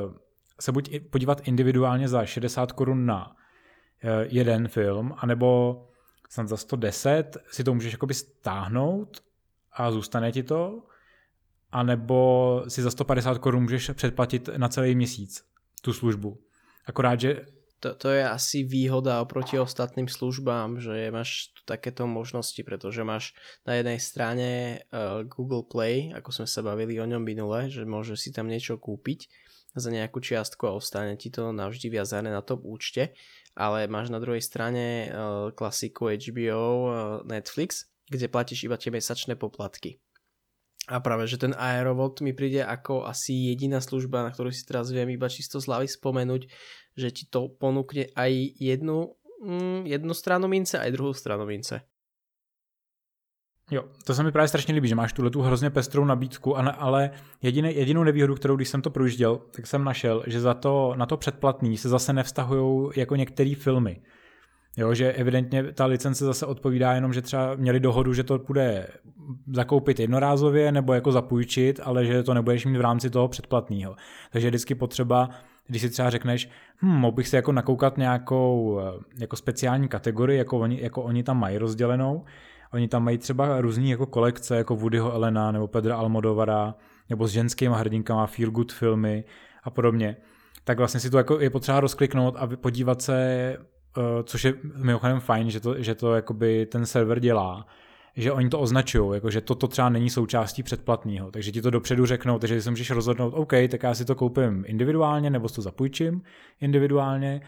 se buď podívat individuálně za šedesát korun na e, jeden film, anebo snad za sto deset si to můžeš jakoby stáhnout a zůstane ti to, a nebo si za sto padesát korun můžeš předplatit na celý měsíc tu službu. Akorát, že... To, to je asi výhoda oproti ostatným službám, že máš takéto možnosti, pretože máš na jednej strane uh, Google Play, ako sme sa bavili o ňom minule, že môžeš si tam niečo kúpiť za nejakú čiastku a ostane ti to navždy viazané na tom účte, ale máš na druhej strane uh, klasiku H B O, uh, Netflix, kde platíš iba tie mesačné poplatky. A práve, že ten Aerovod mi príde ako asi jediná služba, na ktorú si teraz viem iba čisto z hlavy spomenúť, že ti to ponúkne aj jednu, mm, jednu stranu mince, aj druhou stranu mince. Jo, to se mi právě strašně líbí, že máš tuhle tu hrozně pestrou nabídku, ale jediné, jedinou nevýhodu, kterou když jsem to projížděl, tak jsem našel, že za to, na to předplatný se zase nevztahují jako některé filmy. Jo, že evidentně ta licence zase odpovídá jenom, že třeba měli dohodu, že to bude zakoupit jednorázově nebo jako zapůjčit, ale že to nebudeš mít v rámci toho předplatného. Takže je vždycky potřeba, když si třeba řekneš, hm, mohl bych si jako nakoukat nějakou jako speciální kategorii, jako oni, jako oni tam mají rozdělenou. Oni tam mají třeba různý jako kolekce, jako Woodyho Allena nebo Pedra Almodovara, nebo s ženskýma hrdinkama, feel good filmy a podobně. Tak vlastně si to jako je potřeba rozkliknout a podívat se, což je mimochodem fajn, že to, že to jakoby ten server dělá, že oni to označují, jako že toto třeba není součástí předplatného, takže ti to dopředu řeknou, takže si můžeš rozhodnout, OK, tak já si to koupím individuálně, nebo si to zapůjčím individuálně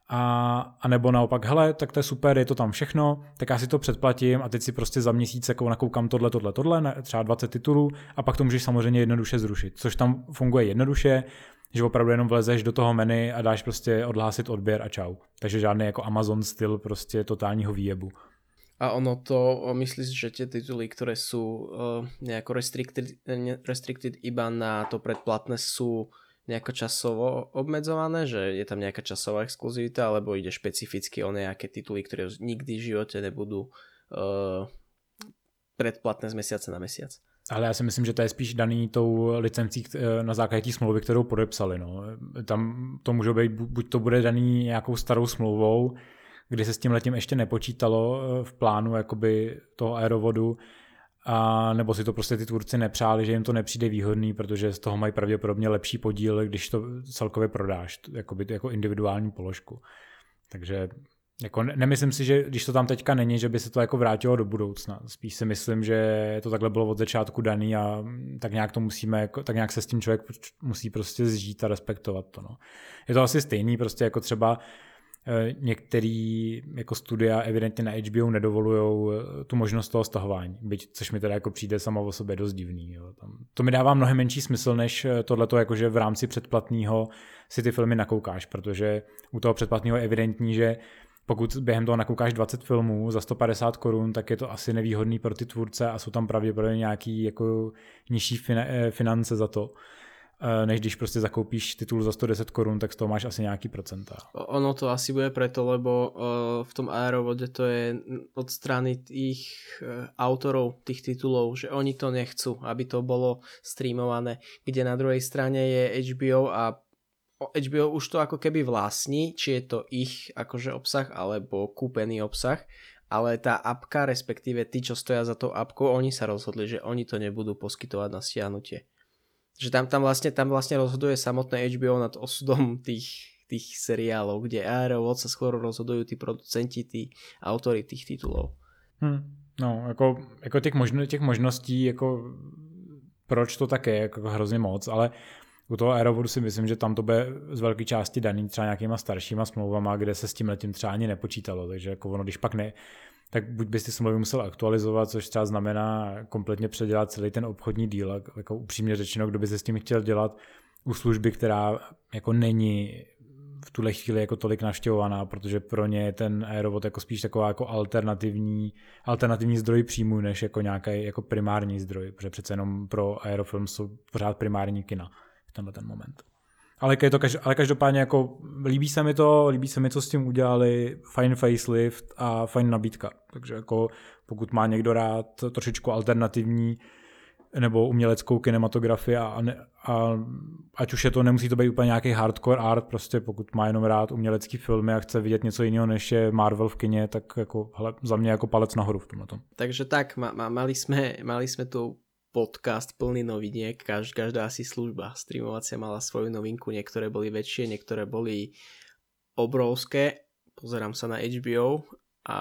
A, a nebo naopak, hele, tak to je super, je to tam všechno, tak já si to předplatím a teď si prostě za měsíc jako nakoukám tohle, tohle, tohle, třeba dvacet titulů a pak to můžeš samozřejmě jednoduše zrušit, což tam funguje jednoduše, že opravdu jenom vlezeš do toho menu a dáš prostě odhlásit odběr a čau. Takže žádný jako Amazon styl prostě totálního výjebu. A ono to, myslíš, že tie tituly, ktoré sú uh, nejako restricted, restricted iba na to predplatné, sú nejako časovo obmedzované, že je tam nejaká časová exkluzivita, alebo ide špecificky o nejaké tituly, ktoré nikdy v živote nebudú uh, predplatné z mesiace na mesiac? Ale já si myslím, že to je spíš daný tou licencí na základě té smlouvy, kterou podepsali. No. Tam to může být, buď to bude daný nějakou starou smlouvou, kdy se s tím letím ještě nepočítalo v plánu jakoby toho aerovodu, a nebo si to prostě ty tvůrci nepřáli, že jim to nepřijde výhodný, protože z toho mají pravděpodobně lepší podíl, když to celkově prodáš, jakoby, jako individuální položku. Takže jako nemyslím si, že když to tam teďka není, že by se to jako vrátilo do budoucna. Spíš si myslím, že to takhle bylo od začátku daný a tak nějak to musíme, tak nějak se s tím člověk musí prostě zžít a respektovat to. No. Je to asi stejný, prostě jako třeba některý jako studia evidentně na H B O nedovolujou tu možnost toho stahování, byť, což mi teda jako přijde samo o sobě dost divný. Jo. Tam, to mi dává mnohem menší smysl, než tohleto, jakože v rámci předplatného si ty filmy nakoukáš, protože u toho předplatného je evidentní, že pokud během toho nakoukáš dvacet filmů za sto padesát korun, tak je to asi nevýhodný pro ty tvůrce a jsou tam pravděpodobně nějaký jako nižší finance za to. Než když prostě zakoupíš titul za sto deset korun, tak z toho máš asi nějaký procenta. Ono to asi bude preto, lebo v tom aerovode to je od strany tých autorov tých titulov, že oni to nechcú, aby to bolo streamované, kde na druhej strane je H B O a H B O už to ako keby vlastní, či je to ich akože obsah alebo kúpený obsah, ale tá apka, respektíve tí, čo stoja za tou apkou, oni sa rozhodli, že oni to nebudú poskytovať na stiahnutie. Že tam, tam, vlastne, tam vlastne rozhoduje samotné H B O nad osudom tých, tých seriálov, kde Aerovod sa skôr rozhodujú tí producenti, tí autory tých titulov. Hmm. No, jako, jako těch, možno, těch možností, jako proč to tak je, jako hrozně moc, ale u toho Aerovodu si myslím, že tam to bude z velké části daný třeba nějakýma staršíma smlouvama, kde se s tím letím třeba ani nepočítalo, takže jako ono, když pak ne, tak buď bys ty smlouvy musel aktualizovat, což třeba znamená kompletně předělat celý ten obchodní díl, jako upřímně řečeno, kdo by se s tím chtěl dělat u služby, která jako není v tuhle chvíli jako tolik navštěvovaná, protože pro ně je ten Aerovod jako spíš taková jako alternativní, alternativní zdroj příjmu, než jako nějaký jako primární zdroj, protože přece jenom pro Aerofilm jsou pořád primární kina v tenhle ten moment. Ale, je to každ- ale každopádně jako líbí se mi to, líbí se mi, co s tím udělali, fajn facelift a fajn nabídka. Takže jako pokud má někdo rád trošičku alternativní nebo uměleckou kinematografii a, a, a ať už je to, nemusí to být úplně nějaký hardcore art, prostě pokud má jenom rád umělecký filmy a chce vidět něco jiného, než je Marvel v kině, tak jako hele, za mě jako palec nahoru v tomhle tom. Takže tak, ma, ma, mali sme, mali sme tu podcast plný noviniek, Každ, každá asi služba streamovacia mala svoju novinku, niektoré boli väčšie, niektoré boli obrovské, pozerám sa na H B O a,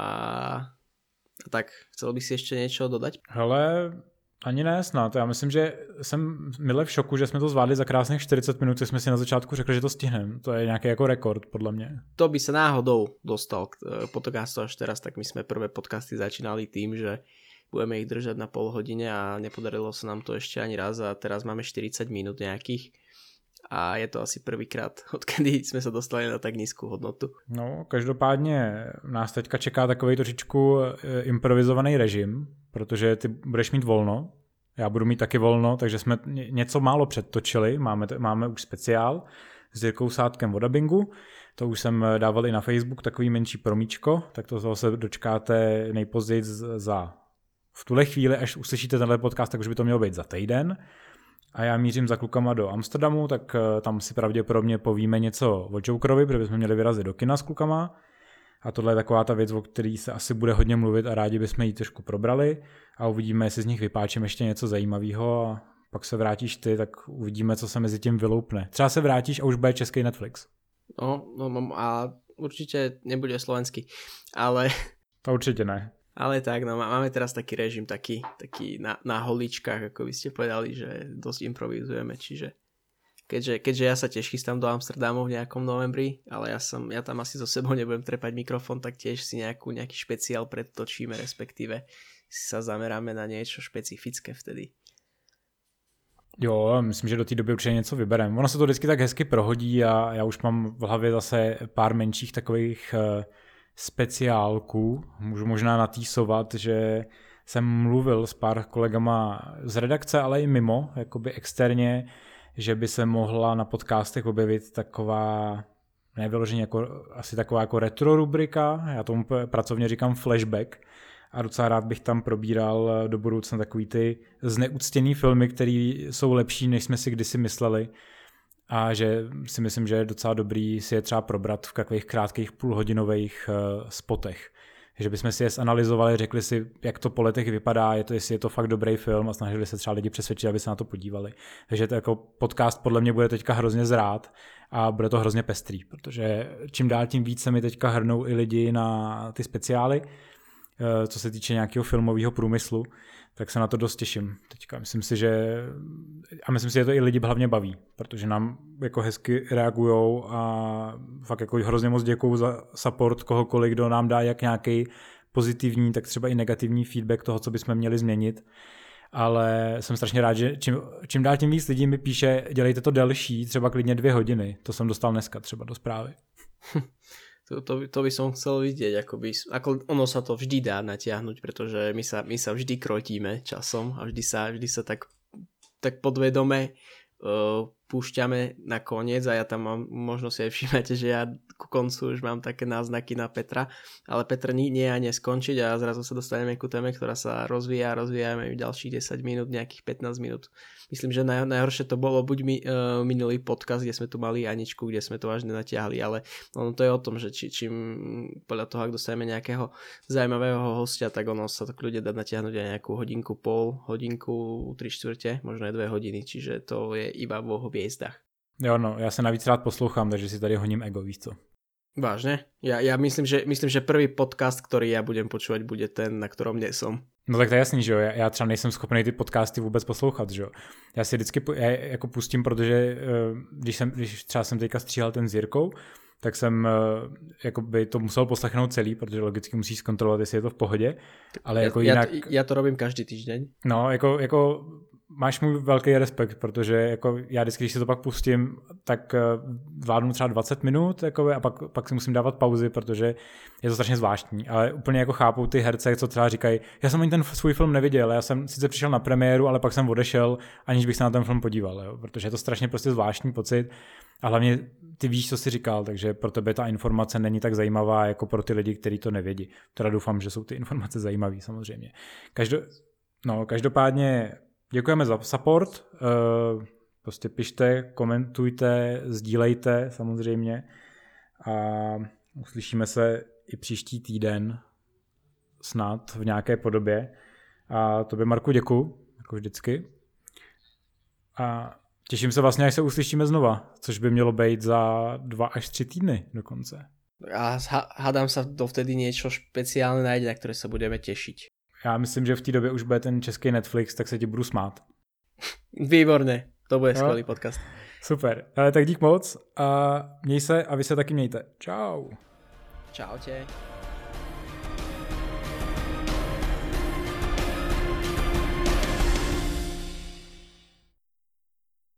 a tak, chcel by si ešte niečo dodať? Hele, ani ne snad, já myslím, že jsem mile v šoku, že jsme to zvládli za krásných čtyřicet minut, jsme si na začátku řekli, že to stihneme, to je nějaký jako rekord podle mě. To by sa náhodou dostal k podcastu až teraz, tak my sme prvé podcasty začínali tým, že budeme ich držať na pol hodine a nepodarilo sa nám to ešte ani raz a teraz máme štyridsať minút nejakých a je to asi prvýkrát, odkedy sme sa dostali na tak nízku hodnotu. No, každopádně nás teďka čeká takovej trošičku improvizovaný režim, protože ty budeš mít volno, já budu mít taky volno, takže jsme něco málo předtočili, máme, máme už speciál s Jirkou Sádkem o dabingu, to už jsem dával i na Facebook, takový menší promíčko, tak to toho se dočkáte nejpozději za v tuhle chvíli, až uslyšíte tenhle podcast, tak už by to mělo být za týden. A já mířím za klukama do Amsterdamu, tak tam si pravděpodobně povíme něco o Jokerovi, protože bychom měli vyrazit do kina s klukama. A tohle je taková ta věc, o který se asi bude hodně mluvit a rádi bychom ji trošku probrali. A uvidíme, jestli z nich vypáčím ještě něco zajímavého a pak se vrátíš ty, tak uvidíme, co se mezi tím vyloupne. Třeba se vrátíš a už bude český Netflix. No, no a určite nebude slovenský, ale... To určite ne. Ale tak, no máme teraz taký režim, taký, taký na, na holičkách, ako by ste povedali, že dosť improvizujeme, čiže keďže, keďže ja sa tiež chystám do Amsterdamu v nejakom novembri, ale ja, som, ja tam asi so sebou nebudem trepať mikrofón, tak tiež si nejakú, nejaký špeciál predtočíme, respektíve si sa zameráme na niečo špecifické vtedy. Jo, myslím, že do té doby určitě něco vybereme. Ono se to vždycky tak hezky prohodí a já už mám v hlavě zase pár menších takových uh, speciálků. Můžu možná natýsovat, že jsem mluvil s pár kolegama z redakce, ale i mimo, jakoby externě, že by se mohla na podcastech objevit taková, nevyloženě jako, asi taková jako retro rubrika, já tomu pracovně říkám flashback, a docela rád bych tam probíral do budoucna takový ty zneuctěný filmy, které jsou lepší, než jsme si kdysi mysleli, a že si myslím, že je docela dobrý si je třeba probrat v takových krátkých půlhodinových spotech. Že bychom si je zanalyzovali, řekli si, jak to po letech vypadá, je to, jestli je to fakt dobrý film a snažili se třeba lidi přesvědčit, aby se na to podívali. Takže to jako podcast podle mě bude teďka hrozně zrát a bude to hrozně pestrý, protože čím dál tím víc se mi teďka hrnou i lidi na ty speciály, co se týče nějakého filmového průmyslu, tak se na to dost těším teďka. Myslím si, že a myslím si, že to i lidi hlavně baví, protože nám jako hezky reagujou a fakt jako hrozně moc děkuju za support kohokoliv, kdo nám dá jak nějaký pozitivní, tak třeba i negativní feedback toho, co bychom měli změnit. Ale jsem strašně rád, že čím, čím dál tím víc lidí mi píše, dělejte to delší, třeba klidně dvě hodiny. To jsem dostal dneska třeba do zprávy. To, to, to by som chcel vidieť, ako, by, ako ono sa to vždy dá natiahnuť, pretože my sa, my sa vždy krotíme časom a vždy sa, vždy sa tak, tak podvedome uh, púšťame na koniec a ja tam mám, možno si aj všimnete, že ja ku koncu už mám také náznaky na Petra, ale Petr nie, nie je ani skončiť a zrazu sa dostaneme ku téme, ktorá sa rozvíja a rozvíjame v ďalších desať minút, nejakých pätnásť minút. Myslím, že naj, najhoršie to bolo buď mi, uh, minulý podcast, kde sme tu mali Aničku, kde sme to vážne natiahli, ale ono to je o tom, že či, čím podľa toho, ak dostaneme nejakého zaujímavého hostia, tak ono sa to ľudia dá natiahnuť aj nejakú hodinku, pol, hodinku, tri štvrte, možno aj dve hodiny, čiže to je iba vo hviezdach. Jo, no, já se navíc rád poslouchám, takže si tady honím ego, víš co? Vážne? Ja, ja myslím, že, myslím, že prvý podcast, ktorý ja budem počúvať, bude ten, na ktorom nie som. No tak to je jasný, že jo, já, já třeba nejsem schopný ty podcasty vůbec poslouchat, že jo. Já si vždycky já jako pustím, protože když, jsem, když třeba jsem teďka stříhal ten s Jirkou, tak jsem jako by to musel poslechnout celý, protože logicky musíš zkontrolovat, jestli je to v pohodě, ale ja, jako jinak... Ja, ja to robím každý týždeň. No, jako, jako máš můj velký respekt, protože jako já vždycky, když si to pak pustím, tak zvládnu třeba dvacet minut jako, a pak, pak si musím dávat pauzy, protože je to strašně zvláštní. Ale úplně jako chápu ty herce, co třeba říkají, já jsem ani ten svůj film neviděl, já jsem sice přišel na premiéru, ale pak jsem odešel, aniž bych se na ten film podíval, jo, protože je to strašně prostě zvláštní pocit a hlavně ty víš, co jsi říkal, takže pro tebe ta informace není tak zajímavá jako pro ty lidi, kteří to nevědí. Teda doufám, že jsou ty informace zajímavé samozřejmě. Každo, no, každopádně děkujeme za support, uh, prostě pište, komentujte, sdílejte samozřejmě a uslyšíme se i příští týden snad v nějaké podobě. A tobě, Marku, děkuju, jako vždycky. A těším se vlastně, až se uslyšíme znova, což by mělo být za dva až tři týdny dokonce. A hádám sa dovtedy niečo špeciálne nájde, na ktoré sa budeme tešiť. Já myslím, že v té době už bude ten český Netflix, tak se ti budu smát. Výborné, to bude skvělý podcast. Super, ale tak dík moc a měj se a vy se taky mějte. Čau. Čaute.